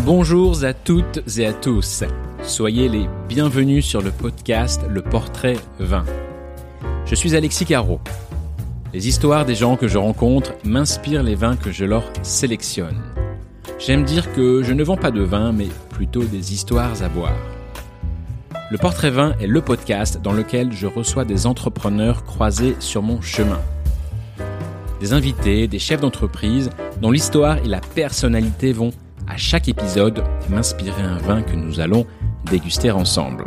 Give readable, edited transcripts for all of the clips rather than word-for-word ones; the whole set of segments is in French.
Bonjour à toutes et à tous. Soyez les bienvenus sur le podcast Le Portrait Vin. Je suis Alexis Carreau. Les histoires des gens que je rencontre m'inspirent les vins que je leur sélectionne. J'aime dire que je ne vends pas de vin, mais plutôt des histoires à boire. Le Portrait Vin est le podcast dans lequel je reçois des entrepreneurs croisés sur mon chemin. Des invités, des chefs d'entreprise dont l'histoire et la personnalité vont, à chaque épisode, m'inspirer un vin que nous allons déguster ensemble.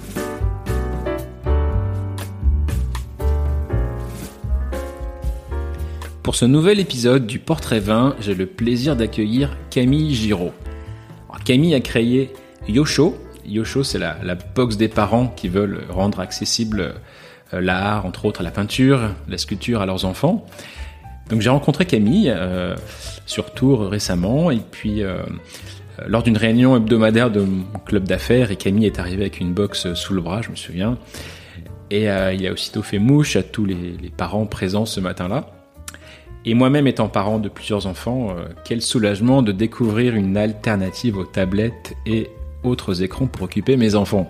Pour ce nouvel épisode du Portrait Vin, j'ai le plaisir d'accueillir Camille Giraud. Alors, Camille a créé Yosho. Yosho, c'est la box des parents qui veulent rendre accessible l'art, entre autres la peinture, la sculpture à leurs enfants. Donc j'ai rencontré Camille sur Tours récemment et puis lors d'une réunion hebdomadaire de mon club d'affaires, et Camille est arrivée avec une box sous le bras, je me souviens, et il a aussitôt fait mouche à tous les parents présents ce matin-là. Et moi-même étant parent de plusieurs enfants, quel soulagement de découvrir une alternative aux tablettes et autres écrans pour occuper mes enfants.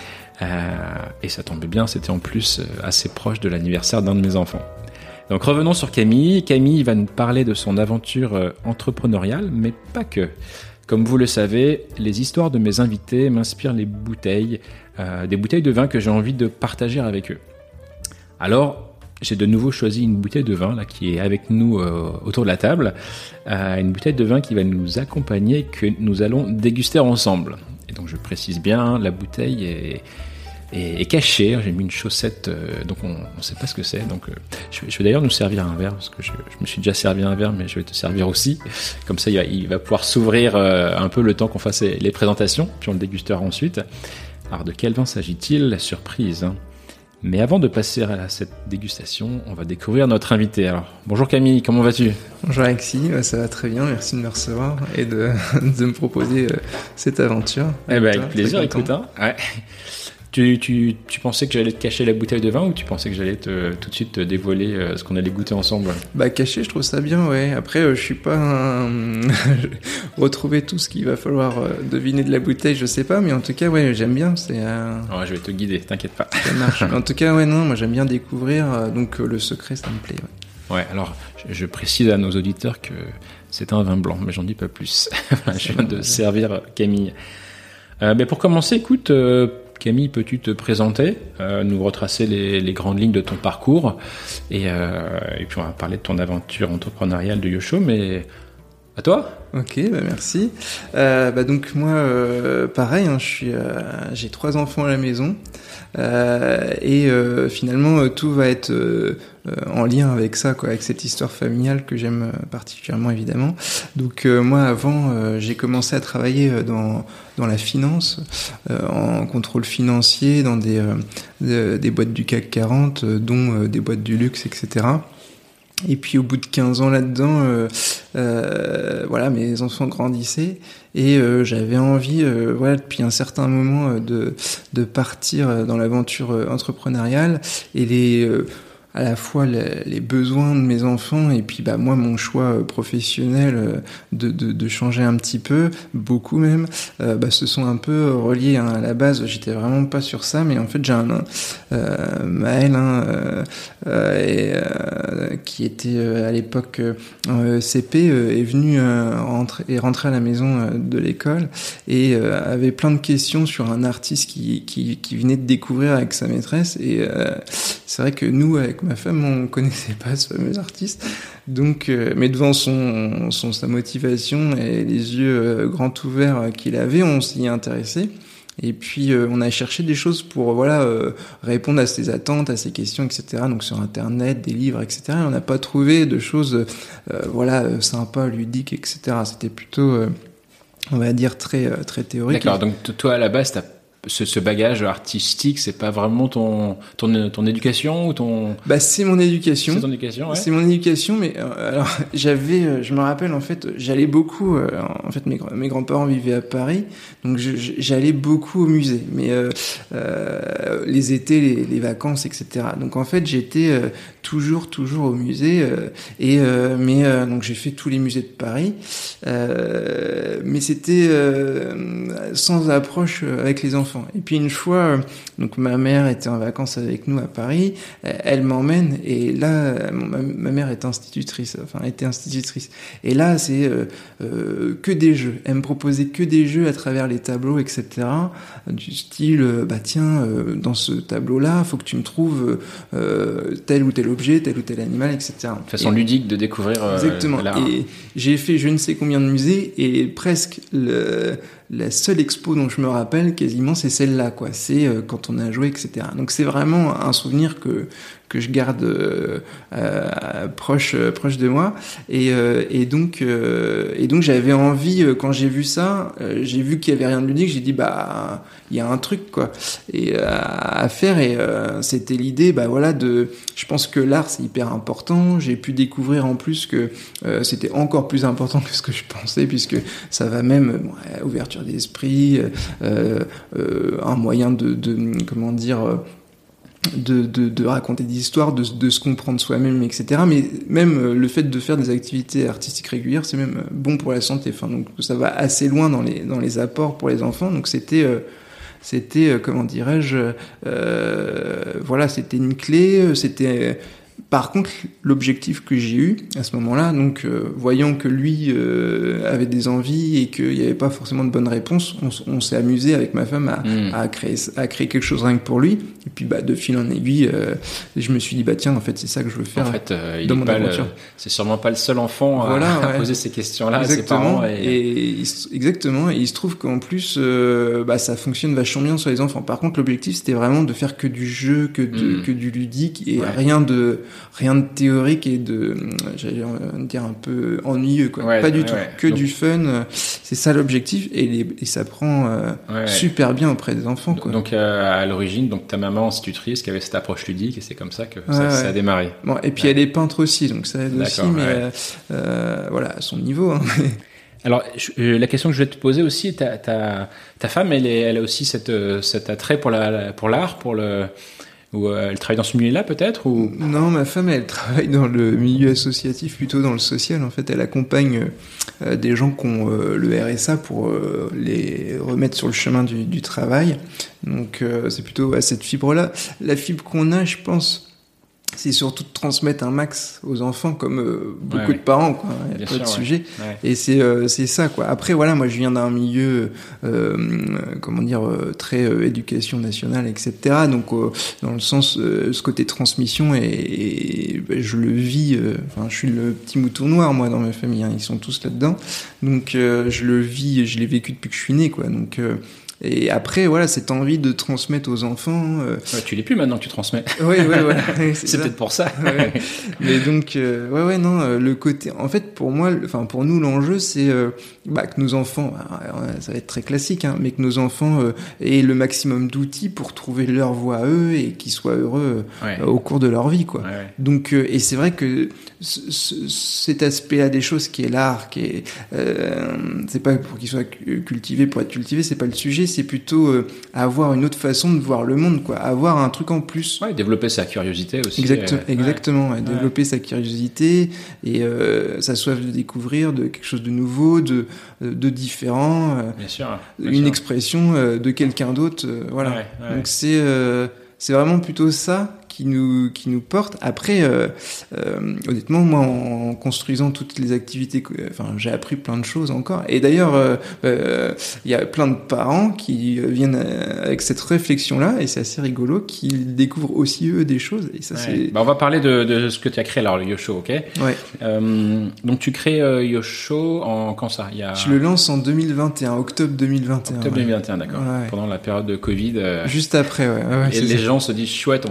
Et ça tombait bien, c'était en plus assez proche de l'anniversaire d'un de mes enfants. Donc revenons sur Camille. Camille va nous parler de son aventure entrepreneuriale, mais pas que. Comme vous le savez, les histoires de mes invités m'inspirent les bouteilles, des bouteilles de vin que j'ai envie de partager avec eux. Alors, j'ai de nouveau choisi une bouteille de vin là, qui est avec nous autour de la table. Une bouteille de vin qui va nous accompagner, que nous allons déguster ensemble. Et donc je précise bien, la bouteille est cachée. J'ai mis une chaussette, donc on ne sait pas ce que c'est. Donc je vais d'ailleurs nous servir un verre, parce que je me suis déjà servi un verre, mais je vais te servir aussi. Comme ça, il va pouvoir s'ouvrir un peu le temps qu'on fasse les présentations, puis on le dégustera ensuite. Alors de quel vin s'agit-il? La surprise, hein. Mais avant de passer à cette dégustation, on va découvrir notre invité. Alors, bonjour Camille, comment vas-tu? Bonjour Alexis, ça va très bien, merci de me recevoir et de me proposer cette aventure. Avec plaisir, écoute. Hein. Ouais. Tu pensais que j'allais te cacher la bouteille de vin, ou tu pensais que j'allais tout de suite te dévoiler ce qu'on allait goûter ensemble? Caché, je trouve ça bien, ouais. Après, je suis pas retrouver tout ce qu'il va falloir deviner de la bouteille, je sais pas, mais en tout cas, ouais, j'aime bien. Ouais, je vais te guider, t'inquiète pas. Ça marche. En tout cas, ouais, non, moi j'aime bien découvrir, donc le secret, ça me plaît. Ouais, alors je précise à nos auditeurs que c'est un vin blanc, mais j'en dis pas plus. Je viens de servir Camille. Pour commencer, écoute. Camille, peux-tu te présenter, nous retracer les grandes lignes de ton parcours, et puis on va parler de ton aventure entrepreneuriale de Yosho, mais à toi. Ok, merci. Donc moi, pareil, hein, j'ai 3 enfants à la maison, et finalement tout va être en lien avec ça, quoi, avec cette histoire familiale que j'aime particulièrement, évidemment. Donc moi, avant, j'ai commencé à travailler dans la finance, en contrôle financier, dans des boîtes du CAC 40, dont des boîtes du luxe, etc. Et puis au bout de 15 ans là-dedans, mes enfants grandissaient, et j'avais envie, depuis un certain moment, de partir dans l'aventure entrepreneuriale, et à la fois les besoins de mes enfants, et puis moi, mon choix professionnel de changer un petit peu, beaucoup même, se sont un peu reliés, hein. À la base, j'étais vraiment pas sur ça, mais en fait j'ai Maël, qui était à l'époque CP, est venu rentrer à la maison de l'école, et avait plein de questions sur un artiste qui venait de découvrir avec sa maîtresse, et c'est vrai que nous, avec ma femme, on connaissait pas ce fameux artiste, donc mais devant sa motivation et les yeux grands ouverts qu'il avait, on s'y est intéressé. Et puis on a cherché des choses pour répondre à ses attentes, à ses questions, etc. Donc sur internet, des livres, etc. Et on n'a pas trouvé de choses sympas, ludiques, etc. C'était plutôt on va dire très très théorique. D'accord. Donc toi à la base ce bagage artistique, c'est pas vraiment ton éducation ou ton... Bah, c'est mon éducation. C'est ton éducation, ouais. C'est mon éducation, mais alors je me rappelle en fait, j'allais beaucoup. En fait, mes grands-parents vivaient à Paris, donc j'allais beaucoup au musée. Mais les étés, les vacances, etc. Donc en fait, j'étais toujours au musée. Donc j'ai fait tous les musées de Paris, mais c'était sans approche avec les enfants. Et puis une fois, donc ma mère était en vacances avec nous à Paris, elle m'emmène et là, ma mère est institutrice, était institutrice. Et là, c'est que des jeux. Elle me proposait que des jeux à travers les tableaux, etc. Du style, dans ce tableau-là, faut que tu me trouves tel ou tel objet, tel ou tel animal, etc. De façon ludique de découvrir exactement. l'art. Et j'ai fait je ne sais combien de musées et presque la seule expo dont je me rappelle quasiment, c'est celle-là, quoi. C'est quand on a joué, etc. Donc c'est vraiment un souvenir que je garde proche de moi. Et donc j'avais envie, quand j'ai vu ça, j'ai vu qu'il y avait rien de ludique, j'ai dit il y a un truc, quoi, et à faire. Et c'était l'idée, je pense que l'art c'est hyper important. J'ai pu découvrir en plus que c'était encore plus important que ce que je pensais, puisque ça va même ouverture d'esprit, un moyen de comment dire, de raconter des histoires, de se comprendre soi-même, etc. Mais même le fait de faire des activités artistiques régulières, c'est même bon pour la santé. Donc ça va assez loin dans les apports pour les enfants. Donc c'était comment dirais-je, c'était une clé. Par contre, l'objectif que j'ai eu à ce moment-là, donc voyant que lui avait des envies et qu'il n'y avait pas forcément de bonnes réponses, on s'est amusé avec ma femme à créer quelque chose rien que pour lui. Et puis de fil en aiguille, je me suis dit tiens, en fait c'est ça que je veux faire. En fait, c'est sûrement pas le seul enfant à poser ces questions-là à ses parents. Exactement. Et il se trouve qu'en plus, ça fonctionne vachement bien sur les enfants. Par contre, l'objectif c'était vraiment de faire que du jeu, que du ludique et rien de théorique et j'allais dire un peu ennuyeux, quoi. Pas du tout. Donc, du fun. C'est ça l'objectif et ça prend super bien auprès des enfants, quoi. Donc à l'origine, ta maman institutrice qui avait cette approche ludique et c'est comme ça que ça a démarré. Bon, et puis elle est peintre aussi, donc ça aide aussi, mais à son niveau. Hein. Alors, la question que je vais te poser aussi, ta femme, elle a aussi cet attrait pour l'art, ou elle travaille dans ce milieu-là peut-être ou... Non, ma femme elle travaille dans le milieu associatif, plutôt dans le social. En fait, elle accompagne des gens qui ont le RSA pour les remettre sur le chemin du travail. Donc c'est plutôt cette fibre-là. La fibre qu'on a, je pense, c'est surtout de transmettre un max aux enfants, comme beaucoup de parents, quoi. Il y a pas de sujet. Ouais. Et c'est ça, quoi. Après, moi, je viens d'un milieu, très éducation nationale, etc. Donc, dans le sens, ce côté transmission, et je le vis. Je suis le petit mouton noir, moi, dans ma famille. Hein, ils sont tous là-dedans. Donc, je le vis, je l'ai vécu depuis que je suis né, quoi. Donc et après, cette envie de transmettre aux enfants. Tu l'es plus maintenant que tu transmets. Oui, c'est peut-être pour ça. Ouais. Mais donc, le côté. En fait, pour moi, pour nous, l'enjeu, c'est que nos enfants, ça va être très classique, hein, mais que nos enfants aient le maximum d'outils pour trouver leur voie à eux et qu'ils soient heureux au cours de leur vie, quoi. Ouais. Donc, et c'est vrai que cet aspect-là des choses, qui est l'art, qui est, c'est pas pour qu'il soit cultivé pour être cultivé, c'est pas le sujet. C'est plutôt avoir une autre façon de voir le monde, quoi. Avoir un truc en plus. Ouais, développer sa curiosité aussi. Exactement. Développer sa curiosité et sa soif de découvrir, de quelque chose de nouveau, de différent. Bien sûr. Une expression de quelqu'un d'autre. Voilà. Ouais. Donc c'est vraiment plutôt ça qui nous porte. Après, honnêtement, moi, en construisant toutes les activités, j'ai appris plein de choses encore. Et d'ailleurs, il y a plein de parents qui viennent avec cette réflexion-là, et c'est assez rigolo, qu'ils découvrent aussi eux des choses. Et ça, c'est. On va parler de ce que tu as créé, alors le Yosho, ok. Ouais. Donc tu crées Yosho quand ça Je le lance en 2021, octobre 2021. Octobre 2021, d'accord. Ouais. Pendant la période de Covid. Juste après, ouais. Et les gens se disent chouette, on va pouvoir occuper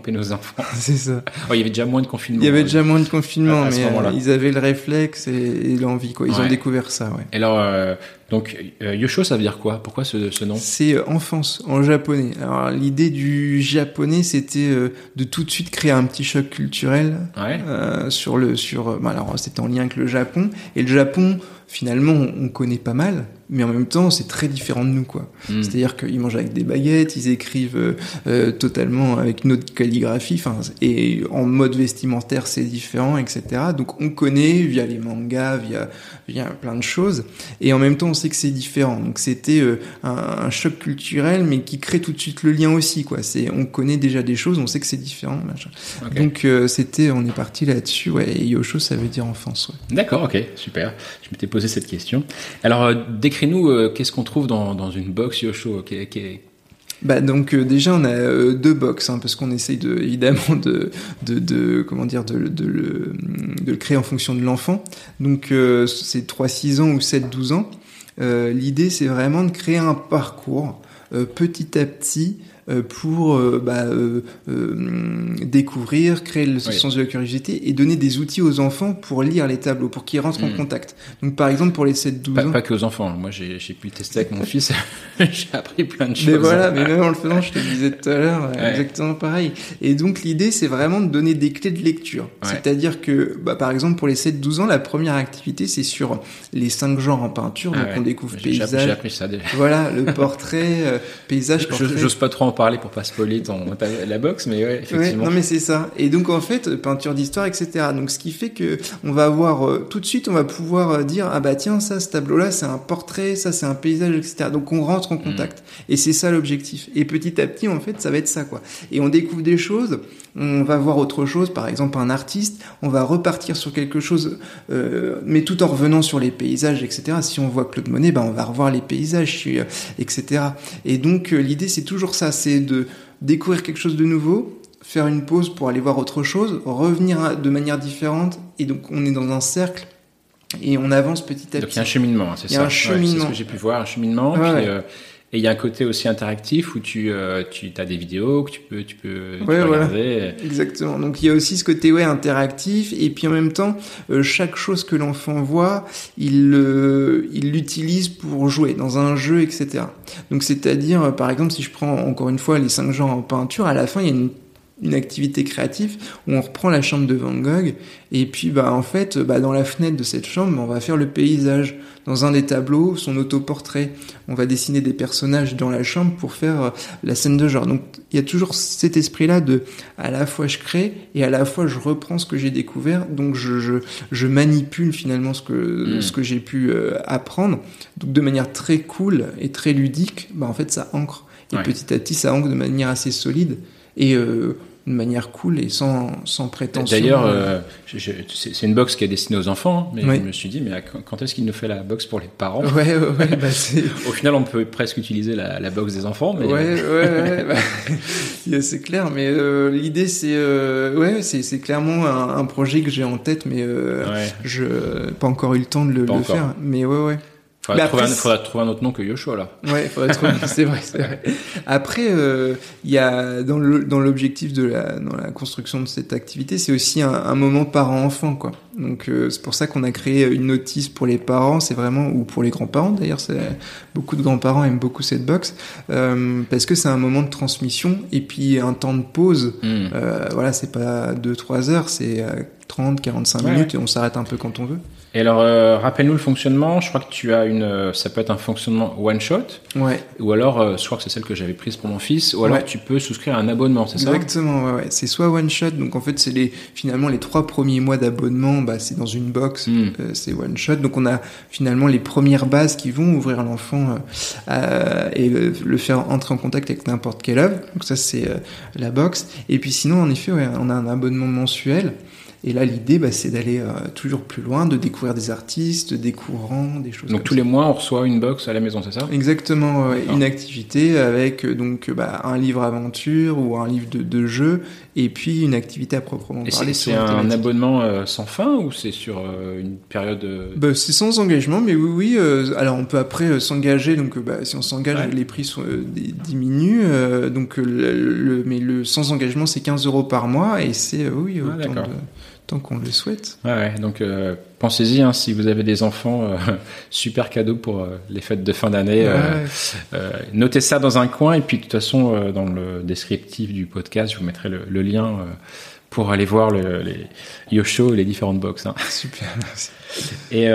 tromper nos enfants. C'est ça. Oh, il y avait déjà moins de confinement. Il y avait déjà moins de confinement, à ce mais moment-là. ils avaient le réflexe et l'envie, quoi. Ils ont découvert ça, ouais. Et alors, donc, Yosho, ça veut dire quoi? Pourquoi ce nom? C'est enfance en japonais. Alors, l'idée du japonais, c'était de tout de suite créer un petit choc culturel alors, c'était en lien avec le Japon. Et le Japon, finalement, on connaît pas mal, mais en même temps, c'est très différent de nous, quoi. C'est-à-dire qu'ils mangent avec des baguettes, ils écrivent totalement avec une autre calligraphie, et en mode vestimentaire, c'est différent, etc. Donc, on connaît via les mangas, via plein de choses, et en même temps, on sait que c'est différent. Donc, c'était un choc culturel, mais qui crée tout de suite le lien aussi, quoi. On connaît déjà des choses, on sait que c'est différent, machin. Okay. Donc, on est parti là-dessus, ouais. Et Yosho, ça veut dire enfance, ouais. D'accord, ok, super. Je m'étais posé cette question. Alors, décris-nous qu'est-ce qu'on trouve dans une box Yosho. Bah donc déjà on a 2 box, parce qu'on essaye évidemment de le créer en fonction de l'enfant. Donc c'est 3-6 ans ou 7-12 ans. L'idée c'est vraiment de créer un parcours petit à petit pour découvrir, créer le sens de la curiosité et donner des outils aux enfants pour lire les tableaux, pour qu'ils rentrent en contact. Donc par exemple pour les 7-12 ans... Pas que aux enfants, moi j'ai pu tester avec mon fils, j'ai appris plein de choses. Mais voilà, mais même en le faisant, je te disais tout à l'heure, exactement pareil. Et donc l'idée c'est vraiment de donner des clés de lecture. C'est-à-dire que, par exemple pour les 7-12 ans, la première activité c'est sur les 5 genres en peinture, donc on découvre paysage... J'ai appris ça déjà. Voilà, le portrait, paysage, portrait... J'ose pas trop en parler pour pas spoiler la box, mais effectivement. Non mais c'est ça. Et donc en fait, peinture d'histoire, etc. Donc ce qui fait que on va avoir tout de suite, on va pouvoir dire tiens, ça, ce tableau-là, c'est un portrait, ça, c'est un paysage, etc. Donc on rentre en contact. Et c'est ça l'objectif. Et petit à petit, en fait, ça va être ça, quoi. Et on découvre des choses, on va voir autre chose, par exemple un artiste, on va repartir sur quelque chose, mais tout en revenant sur les paysages, etc. Si on voit Claude Monet, on va revoir les paysages, etc. Et donc l'idée, c'est toujours ça, c'est de découvrir quelque chose de nouveau, faire une pause pour aller voir autre chose, revenir de manière différente, et donc on est dans un cercle et on avance petit à petit. Donc il y a un cheminement, c'est ça. Il y a un cheminement. C'est ce que j'ai pu voir, un cheminement. Et il y a un côté aussi interactif où tu as des vidéos que tu peux regarder. Exactement. Donc il y a aussi ce côté interactif, et puis en même temps chaque chose que l'enfant voit, il l'utilise pour jouer dans un jeu, etc. Donc c'est-à-dire par exemple si je prends encore une fois les 5 genres en peinture, à la fin il y a une activité créative où on reprend la chambre de Van Gogh, et puis en fait dans la fenêtre de cette chambre on va faire le paysage. Dans un des tableaux, son autoportrait, on va dessiner des personnages dans la chambre pour faire la scène de genre. Donc il y a toujours cet esprit-là de à la fois je crée et à la fois je reprends ce que j'ai découvert, donc je manipule finalement ce que j'ai pu apprendre, donc de manière très cool et très ludique. En fait ça ancre, et petit à petit ça ancre de manière assez solide et de manière cool et sans prétention. D'ailleurs, c'est une box qui est destinée aux enfants, mais je me suis dit, mais quand est-ce qu'il nous fait la box pour les parents? Au final, on peut presque utiliser la box des enfants, mais... c'est clair, mais l'idée, c'est clairement un projet que j'ai en tête, mais je pas encore eu le temps de le faire, mais Faudra trouver un autre nom que Yosho, là. Ouais, faudrait trouver, c'est vrai. Après, il y a, dans l'objectif dans la construction de cette activité, c'est aussi un moment parent-enfant, quoi. Donc, c'est pour ça qu'on a créé une notice pour les parents, c'est vraiment, ou pour les grands-parents, d'ailleurs, beaucoup de grands-parents aiment beaucoup cette box, parce que c'est un moment de transmission, et puis un temps de pause, c'est pas 2-3 heures, c'est 30-45 minutes, et on s'arrête un peu quand on veut. Et alors, rappelle-nous le fonctionnement. Je crois que tu as ça peut être un fonctionnement one shot. Ouais. Ou alors, je crois que c'est celle que j'avais prise pour mon fils. Ou alors, tu peux souscrire un abonnement, c'est ça? Exactement, ouais. C'est soit one shot. Donc, en fait, c'est finalement les 3 premiers mois d'abonnement, c'est dans une box, c'est one shot. Donc, on a finalement les premières bases qui vont ouvrir l'enfant, et le faire entrer en contact avec n'importe quelle œuvre. Donc, ça, c'est la box. Et puis, sinon, en effet, on a un abonnement mensuel. Et là, l'idée, c'est d'aller toujours plus loin, de découvrir des artistes, des courants, des choses. Donc tous les mois, on reçoit une box à la maison, c'est ça? Exactement, une activité avec un livre aventure ou un livre de jeu, et puis une activité à proprement parler. C'est un abonnement sans fin ou c'est sur une période c'est sans engagement, mais oui. Alors on peut après s'engager, donc si on s'engage, les prix diminuent. Mais le sans engagement, c'est 15 € par mois, et c'est tant qu'on le souhaite. Donc pensez-y, si vous avez des enfants, super cadeau pour les fêtes de fin d'année. Notez ça dans un coin, et puis de toute façon, dans le descriptif du podcast, je vous mettrai le lien pour aller voir les Yosho et les différentes box. Super, merci. Et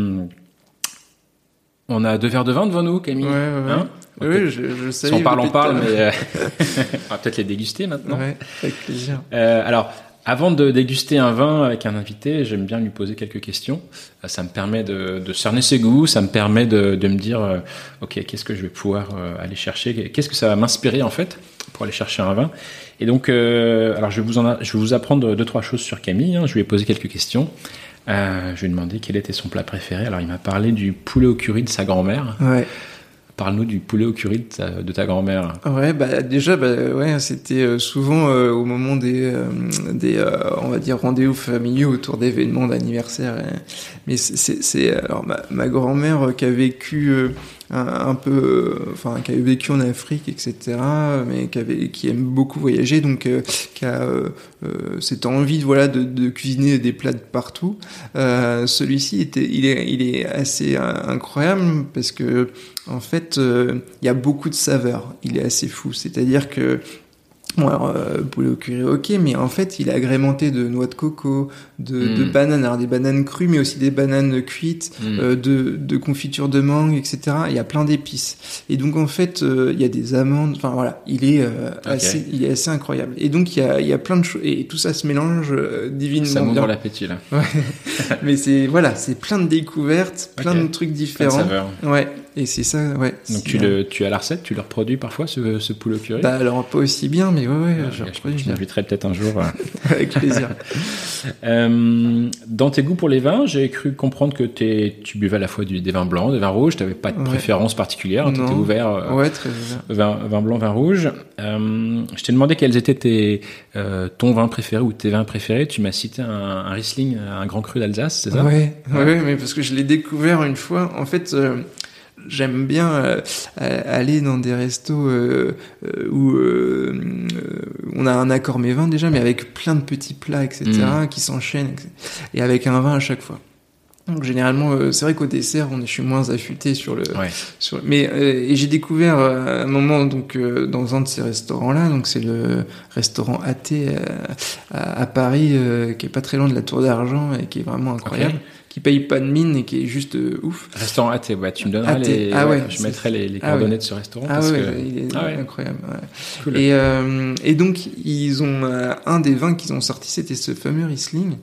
on a 2 verres de vin devant nous, Camille. Oui, je sais. Si on parle, mais on va peut-être les déguster maintenant. Ouais, avec plaisir. Alors, avant de déguster un vin avec un invité, j'aime bien lui poser quelques questions. Ça me permet de cerner ses goûts, ça me permet de me dire, ok, qu'est-ce que je vais pouvoir aller chercher, qu'est-ce que ça va m'inspirer en fait pour aller chercher un vin. Et donc, alors je vais vous apprendre 2-3 choses sur Camille. Je lui ai posé quelques questions. Je lui ai demandé quel était son plat préféré. Alors il m'a parlé du poulet au curry de sa grand-mère. Ouais. Parle-nous du poulet au curry de ta grand-mère. Ouais, déjà, c'était souvent au moment des on va dire rendez-vous familiaux autour d'événements d'anniversaire. Mais alors ma grand-mère qui a vécu un peu, qui a vécu en Afrique, etc., mais qui aime beaucoup voyager, donc qui a cette envie, de cuisiner des plats de partout. Celui-ci il est assez incroyable parce que en fait, il y a beaucoup de saveurs. Il est assez fou. C'est-à-dire que poulet au curry, ok, mais en fait, il est agrémenté de noix de coco, de bananes, alors des bananes crues, mais aussi des bananes cuites, de confiture de mangue, etc. Il y a plein d'épices. Et donc, en fait, il y a des amandes. Enfin, voilà, il est assez incroyable. Et donc, il y a plein de choses. Et tout ça se mélange divinement bien. Ça m'ouvre bien. l'appétit, là. Ouais. Mais c'est plein de découvertes, plein de trucs différents. Plein de saveurs. Ouais. Et c'est ça, ouais. Donc tu as la recette, tu le reproduis parfois, ce poulet au curry? Alors pas aussi bien, mais je reproduis. Je t'inviterai peut-être un jour. Avec plaisir. Dans tes goûts pour les vins, j'ai cru comprendre que tu buvais à la fois des vins blancs, des vins rouges, t'avais pas de préférence particulière, tu étais ouvert. Très ouvert. Vin blanc, vin rouge. Je t'ai demandé quels étaient ton vin préféré ou tes vins préférés. Tu m'as cité un Riesling, un grand cru d'Alsace, c'est ça? Ouais, mais parce que je l'ai découvert une fois. En fait, j'aime bien aller dans des restos où on a un accord mets vins déjà, mais avec plein de petits plats, etc., qui s'enchaînent, etc., et avec un vin à chaque fois. Donc généralement, c'est vrai qu'au dessert, je suis moins affûté sur le. Mais et j'ai découvert à un moment dans un de ces restaurants-là, donc c'est le restaurant Athée à Paris, qui est pas très loin de la Tour d'Argent et qui est vraiment incroyable. Qui paye pas de mine et qui est juste ouf. Restaurant Athée, tu me donneras je mettrai les coordonnées de ce restaurant. Il est incroyable. Ouais. Cool. Et donc, ils ont un des vins qu'ils ont sorti, c'était ce fameux Riesling.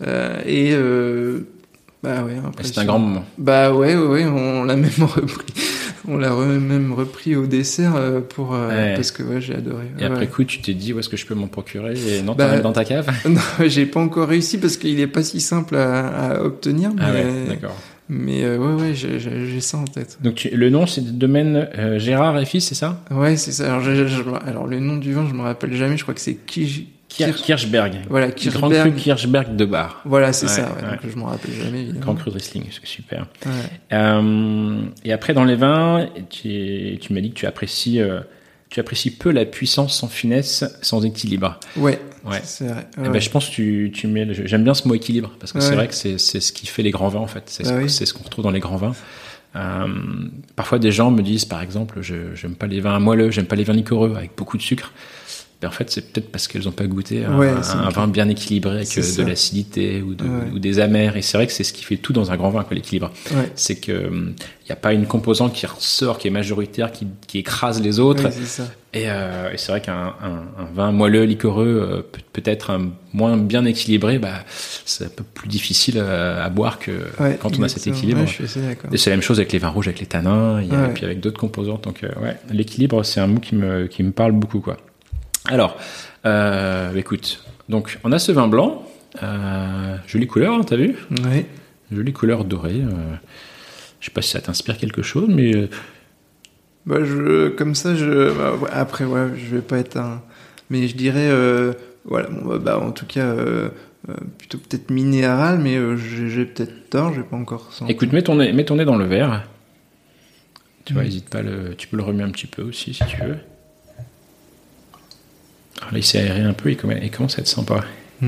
C'est un grand moment. On l'a même repris. On l'a même repris au dessert parce que j'ai adoré. Et après coup, tu t'es dit où est-ce que je peux m'en procurer? Et non, t'as même dans ta cave? Non, j'ai pas encore réussi parce qu'il est pas si simple à obtenir. D'accord. Mais j'ai ça en tête. Donc le nom, c'est Domaine Gérard et Fils, c'est ça? Ouais, c'est ça. Alors le nom du vin, je me rappelle jamais. Je crois que c'est Kirchberg. Voilà, Grand Cru Kirchberg de Bar. Voilà, c'est ça. Donc je m'en rappelle jamais, évidemment. Grand Cru de Riesling, super. Et après, dans les vins, tu m'as dit que tu apprécies peu la puissance sans finesse, sans équilibre. Ouais. C'est vrai. Je pense que j'aime bien ce mot équilibre, parce que c'est vrai que c'est ce qui fait les grands vins, en fait. C'est ce qu'on retrouve dans les grands vins. Parfois, des gens me disent, par exemple, j'aime pas les vins moelleux, j'aime pas les vins liquoreux avec beaucoup de sucre. En fait, c'est peut-être parce qu'elles n'ont pas goûté un vin bien équilibré avec de l'acidité ou des amers. Et c'est vrai que c'est ce qui fait tout dans un grand vin, l'équilibre. Ouais. C'est que il n'y a pas une composante qui ressort, qui est majoritaire, qui écrase les autres. Ouais, c'est ça. Et c'est vrai qu'un vin moelleux, liquoreux, peut-être moins bien équilibré, c'est un peu plus difficile à boire que quand on a cet équilibre. Ouais, je suis assez d'accord. Et c'est la même chose avec les vins rouges, avec les tanins, et puis avec d'autres composantes. Donc, l'équilibre, c'est un mot qui me parle beaucoup, quoi. Alors, écoute, donc on a ce vin blanc Jolie couleur, hein, t'as vu? Ouais. Jolie couleur dorée. Je sais pas si ça t'inspire quelque chose, mais... Bah, comme ça, ouais, après, ouais, je vais pas être un... Mais je dirais, voilà, bon, bah, en tout cas, plutôt peut-être minéral, mais j'ai peut-être tort, j'ai pas encore senti. Écoute, mets ton nez dans le verre. Tu vois, hésite pas, tu peux le remuer un petit peu aussi, si tu veux. Alors là, il s'est aéré un peu, il commence à être sympa.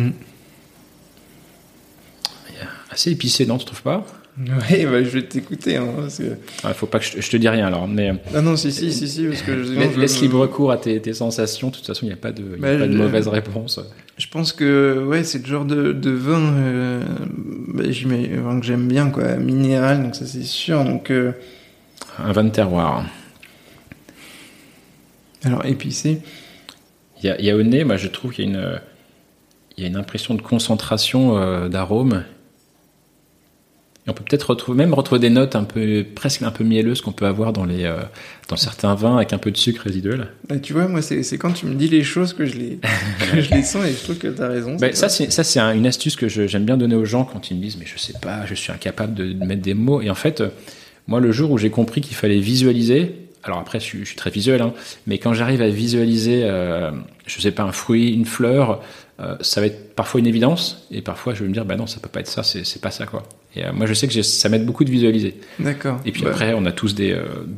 Assez épicé, non, tu trouves pas? Ouais, bah, je vais t'écouter. Hein, parce que... Faut pas que je te dis rien alors. Mais, ah non, si, parce que laisse libre cours à tes sensations. De toute façon, il n'y a pas de mauvaise réponse. Je pense que ouais, c'est le genre de vin, vin que j'aime bien, quoi, minéral, donc ça c'est sûr. Donc, un vin de terroir. Alors épicé. Il y a au nez, moi je trouve qu'il y a une impression de concentration d'arômes. Et on peut peut-être retrouver des notes presque un peu mielleuses qu'on peut avoir dans certains vins avec un peu de sucre résiduel. Bah, tu vois, moi c'est quand tu me dis les choses que je les sens et je trouve que t'as raison. Ça c'est une astuce que j'aime bien donner aux gens quand ils me disent mais je sais pas, je suis incapable de mettre des mots. Et en fait, moi le jour où j'ai compris qu'il fallait visualiser, alors après je suis très visuel, hein, mais quand j'arrive à visualiser, je sais pas, un fruit, une fleur, ça va être parfois une évidence et parfois je vais me dire bah non, ça peut pas être ça, c'est pas ça quoi. Et moi je sais que ça m'aide beaucoup de visualiser. D'accord. Et puis après on a tous des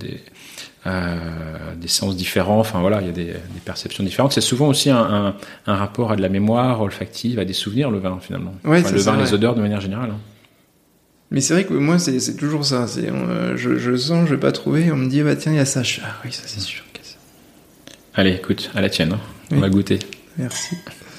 sens différents, enfin voilà, il y a des perceptions différentes. C'est souvent aussi un rapport à de la mémoire olfactive, à des souvenirs, le vin finalement. Ouais, enfin, le vin, les odeurs de manière générale. Hein. Mais c'est vrai que moi c'est toujours ça. Je sens, je vais pas trouver. On me dit bah tiens il y a ça. Ah oui ça c'est sûr. Allez écoute, à la tienne. Hein. On va goûter. Merci.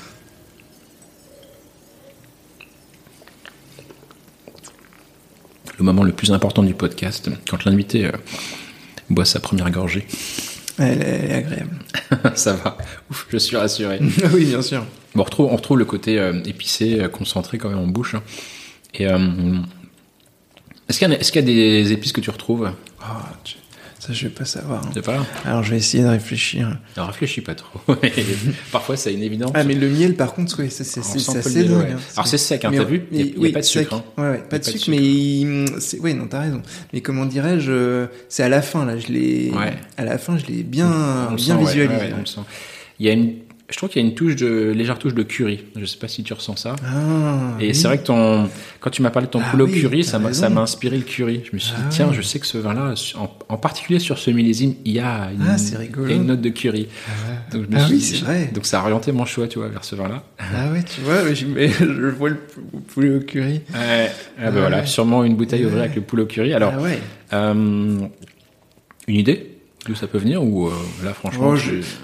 Le moment le plus important du podcast, quand l'invité boit sa première gorgée. Elle est agréable. Ça va. Ouf, je suis rassuré. Oui, bien sûr. Bon, on retrouve le côté épicé, concentré quand même en bouche. Et est-ce qu'il y a des épices que tu retrouves? Ça, je vais pas savoir. Hein. C'est pas. Alors, je vais essayer de réfléchir. Alors, réfléchis pas trop. Parfois, c'est une évidence. Ah, mais le miel, par contre, ouais, c'est assez dingue. Hein. Alors, c'est sec, hein, t'as vu? Il n'y a pas de sucre. Hein. Ouais, pas de sucre, mais ouais, non, t'as raison. Mais comment dirais-je, c'est à la fin, là, à la fin, je l'ai bien visualisé. Ouais, on le sent. Je trouve qu'il y a une légère touche de curry. Je sais pas si tu ressens ça. Et c'est vrai que quand tu m'as parlé de ton poulet au curry, ça m'a inspiré le curry. Je me suis dit, tiens, je sais que ce vin-là, en particulier sur ce millésime, il y a une note de curry. Donc, c'est vrai. Donc ça a orienté mon choix, tu vois, vers ce vin-là. Ah ouais, tu vois, je vois le poulet au curry. Voilà, sûrement une bouteille ouverte avec le poulet au curry. Alors, une idée d'où ça peut venir ou là, franchement,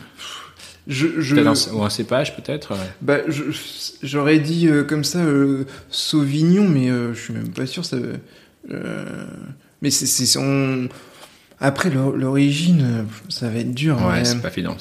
ou un cépage peut-être. Bah, j'aurais dit comme ça Sauvignon, mais je suis même pas sûr. Ça. Mais c'est son. Après l'origine, ça va être dur. Ouais, c'est pas évident.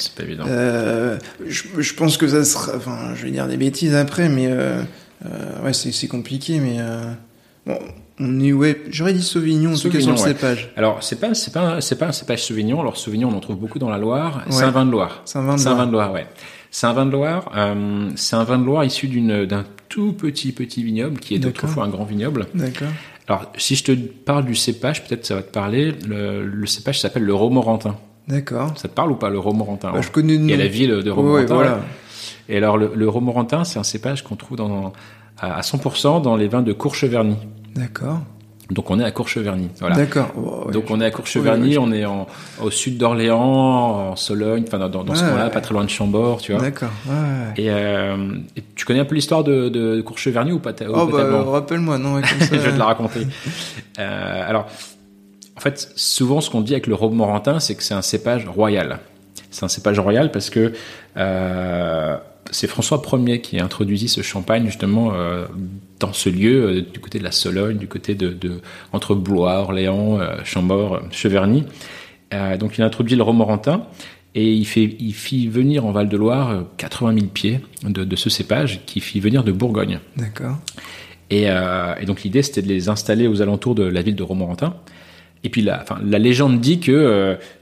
Je pense que ça sera. Enfin, je vais dire des bêtises après, mais ouais, c'est compliqué, mais bon. J'aurais dit Sauvignon, en tout cas sur le cépage. Alors, c'est pas un cépage Sauvignon. Alors, Sauvignon, on en trouve beaucoup dans la Loire. C'est un vin de Loire. C'est un vin de Loire, ouais. C'est un vin de Loire. C'est un vin de Loire issu d'un tout petit vignoble qui est autrefois un grand vignoble. D'accord. Alors, si je te parle du cépage, peut-être ça va te parler. Le cépage s'appelle le Romorantin. D'accord. Ça te parle ou pas, le Romorantin? Je connais le nom. Il y a la ville de Romorantin. Ouais, voilà. Et alors, le Romorantin, c'est un cépage qu'on trouve à 100% dans les vins de Courcheverny. D'accord. Donc on est à Courcheverny. Voilà. D'accord. Donc on est à Courcheverny, on est au sud d'Orléans, en Sologne, enfin dans ce coin-là, pas très loin de Chambord, tu vois. D'accord. Et tu connais un peu l'histoire de Courcheverny ou pas? Rappelle-moi, non, comme ça. Je vais te la raconter. Alors, en fait, souvent ce qu'on dit avec le Romorantin, c'est que c'est un cépage royal. C'est un cépage royal parce que c'est François Ier qui a introduit ce champagne justement dans ce lieu, du côté de la Sologne, du côté entre Blois, Orléans, Chambord, Cheverny. Donc il a introduit le Romorantin et il fit venir en Val-de-Loire 80 000 pieds de ce cépage qui fit venir de Bourgogne. D'accord. Et donc l'idée c'était de les installer aux alentours de la ville de Romorantin. Et puis la légende dit que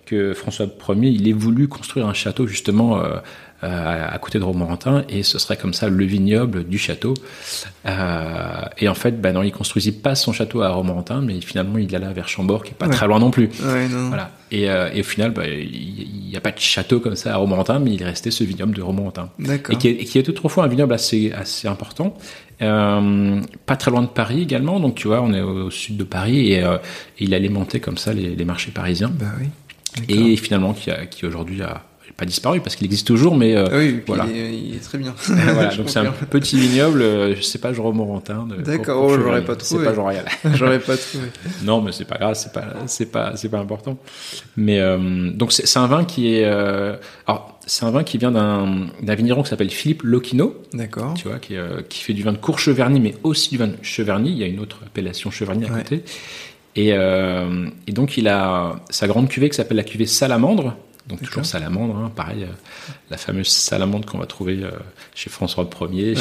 que François Ier, il ait voulu construire un château justement à côté de Romorantin, et ce serait comme ça le vignoble du château. Et en fait, non, il construisit pas son château à Romorantin, mais finalement il alla vers Chambord, qui est pas très loin non plus. Ouais, non. Voilà. Et au final, il n'y a pas de château comme ça à Romorantin, mais il restait ce vignoble de Romorantin. D'accord. Et qui est autrefois un vignoble assez important. Pas très loin de Paris également, donc tu vois, on est au sud de Paris, et il alimentait comme ça les marchés parisiens. Bah oui. Et finalement qui aujourd'hui a pas disparu parce qu'il existe toujours, mais oui, voilà. Il est très bien. Voilà, donc c'est un petit vignoble, je sais pas, Romorantin. D'accord, j'aurais pas trouvé. C'est pas Jean-Royal. J'aurais pas trouvé. Non, mais c'est pas grave, c'est pas important. Mais donc c'est un vin qui est, alors c'est un vin qui vient d'un vigneron qui s'appelle Philippe Locquinot. D'accord. Tu vois, qui fait du vin de Cour-Cheverny, mais aussi du vin de Cheverny. Il y a une autre appellation Cheverny à côté. Et donc il a sa grande cuvée qui s'appelle la cuvée Salamandre. Donc toujours salamandre, hein, pareil, la fameuse salamandre qu'on va trouver chez François Ier.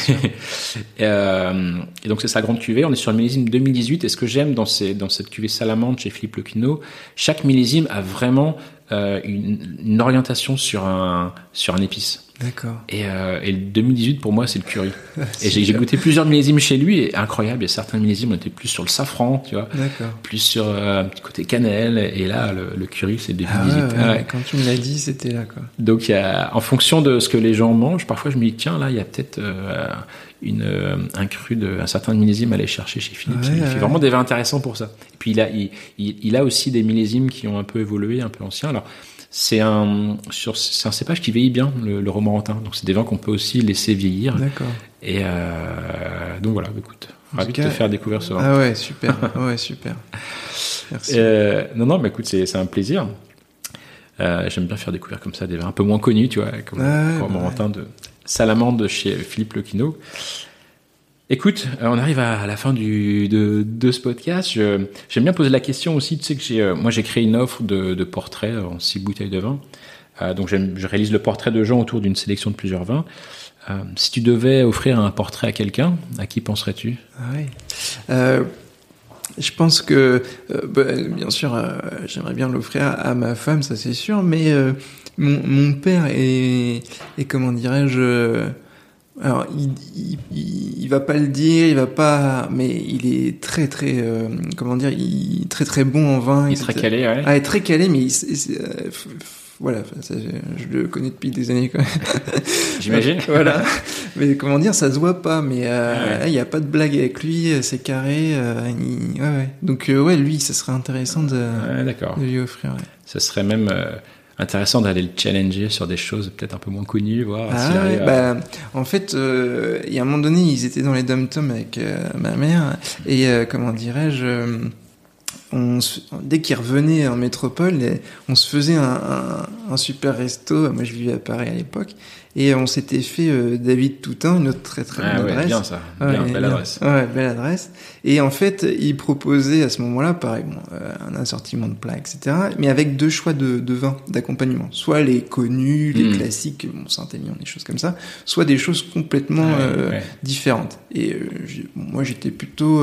Et donc c'est sa grande cuvée, on est sur le millésime 2018, et ce que j'aime dans cette cuvée salamandre chez Philippe Locquinot, chaque millésime a vraiment une orientation sur un épice. D'accord. Et le 2018 pour moi c'est le curry. Et j'ai goûté plusieurs millésimes chez lui, et incroyable, il y a certains millésimes on était plus sur le safran, tu vois. D'accord. Plus sur un petit côté cannelle, et là le curry c'est 2018. Ouais. Quand tu me l'as dit, c'était là quoi. Donc en fonction de ce que les gens mangent, parfois je me dis tiens là il y a peut-être un cru d'un certain millésime à aller chercher chez Philippe. Il fait vraiment des vins intéressants pour ça. Et puis il a aussi des millésimes qui ont un peu évolué, un peu anciens. Alors c'est un cépage qui vieillit bien, le Romorantin. Donc c'est des vins qu'on peut aussi laisser vieillir. D'accord. Et donc voilà, écoute, ravi de te faire découvrir ce vin. Ah ouais, super. Ouais, super. Merci. Non, mais écoute, c'est un plaisir. J'aime bien faire découvrir comme ça des vins un peu moins connus, tu vois, comme Romorantin de Salamandre chez Philippe Locquinot. Écoute, on arrive à la fin de ce podcast. J'aime bien poser la question aussi. Tu sais que j'ai créé une offre de portraits en 6 bouteilles de vin. Donc je réalise le portrait de gens autour d'une sélection de plusieurs vins. Si tu devais offrir un portrait à quelqu'un, à qui penserais-tu ? Je pense que, bien sûr, j'aimerais bien l'offrir à ma femme, ça c'est sûr, mais mon père est comment dirais-je, alors il va pas le dire, il va pas, mais il est très très comment dire, très très bon en vin. Il est très calé, ouais. Ah, il est très calé, mais voilà, je le connais depuis des années quand même. J'imagine. Voilà. Mais comment dire, ça se voit pas, mais il y a pas de blague avec lui, c'est carré. Donc lui, ça serait intéressant de lui offrir. Ouais. Ça serait même intéressant d'aller le challenger sur des choses peut-être un peu moins connues, voir s'il arrive en fait, il y a un moment donné, ils étaient dans les dom-toms avec ma mère, et comment dirais-je, dès qu'ils revenaient en métropole, on se faisait un super resto. Moi, je vivais à Paris à l'époque, et on s'était fait David Toutain, une autre très très bonne adresse. Bien ça, belle adresse. Ouais, belle adresse. Et en fait, il proposait à ce moment-là, pareil, un assortiment de plats, etc., mais avec 2 choix de vins d'accompagnement. Soit les connus, les classiques, Saint-Émilion, des choses comme ça, soit des choses complètement différentes. Et moi, j'étais plutôt...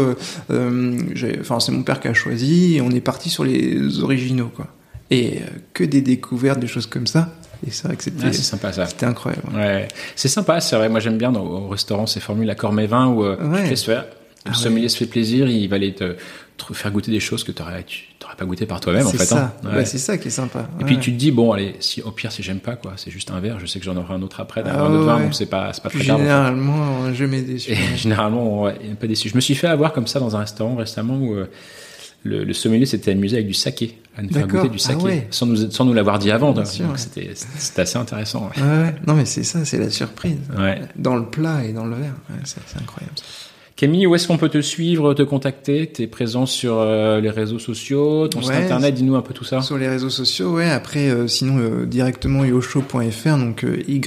c'est mon père qui a choisi, et on est parti sur les originaux, quoi. Et que des découvertes, des choses comme ça. Et c'est vrai que c'était c'est sympa, ça. C'était incroyable. Ouais, c'est sympa, c'est vrai. Moi, j'aime bien au restaurant ces formules accord mes vins où tu te laisses faire. Le sommelier se fait plaisir, il va aller te faire goûter des choses que tu n'aurais pas goûté par toi-même, en fait. Ça. C'est ça qui est sympa. Et puis tu te dis, bon, allez, si au pire, si j'aime pas, quoi, c'est juste un verre, je sais que j'en aurai un autre après, un autre vin, donc c'est pas très grave. Généralement, je m'ai déçu. Généralement, pas déçu. Je me suis fait avoir comme ça dans un restaurant récemment où le sommelier s'était amusé avec du saké, à nous faire goûter du saké, sans nous l'avoir dit avant. Donc c'était assez intéressant. Non, mais c'est ça, c'est la surprise. Ouais. Dans le plat et dans le verre. C'est incroyable. Camille, où est-ce qu'on peut te suivre, te contacter ? T'es présent sur les réseaux sociaux, ton site internet, dis-nous un peu tout ça. Sur les réseaux sociaux, Après, sinon, directement yosho.fr, donc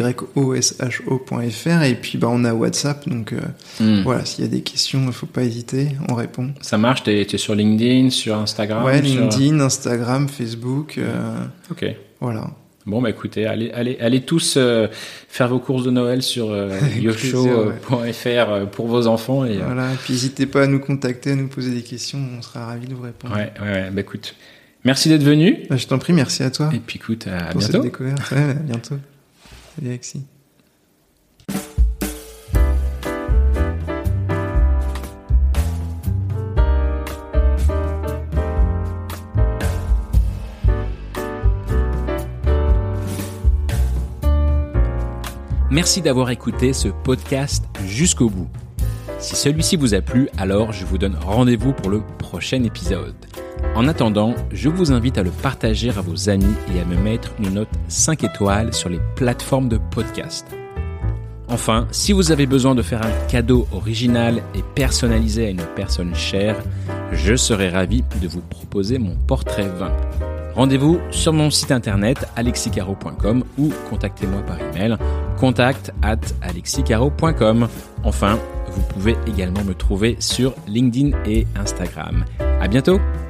YOSHO.fr, et puis on a WhatsApp, donc voilà, s'il y a des questions, faut pas hésiter, on répond. Ça marche, t'es sur LinkedIn, sur Instagram ? LinkedIn, Instagram, Facebook. Ok. Voilà. Bon, écoutez, allez tous faire vos courses de Noël sur yosho.fr pour vos enfants. Et voilà, et puis n'hésitez pas à nous contacter, à nous poser des questions, on sera ravis de vous répondre. Ouais, écoute, Merci d'être venu. Je t'en prie, merci à toi. Et puis écoute, à pour bientôt. Cette découverte. Ouais, à bientôt. Salut Alexis. Merci d'avoir écouté ce podcast jusqu'au bout. Si celui-ci vous a plu, alors je vous donne rendez-vous pour le prochain épisode. En attendant, je vous invite à le partager à vos amis et à me mettre une note 5 étoiles sur les plateformes de podcast. Enfin, si vous avez besoin de faire un cadeau original et personnalisé à une personne chère, je serai ravi de vous proposer mon portrait vin. Rendez-vous sur mon site internet alexiscaro.com ou contactez-moi par email contact@alexiscaro.com. Enfin, vous pouvez également me trouver sur LinkedIn et Instagram. À bientôt!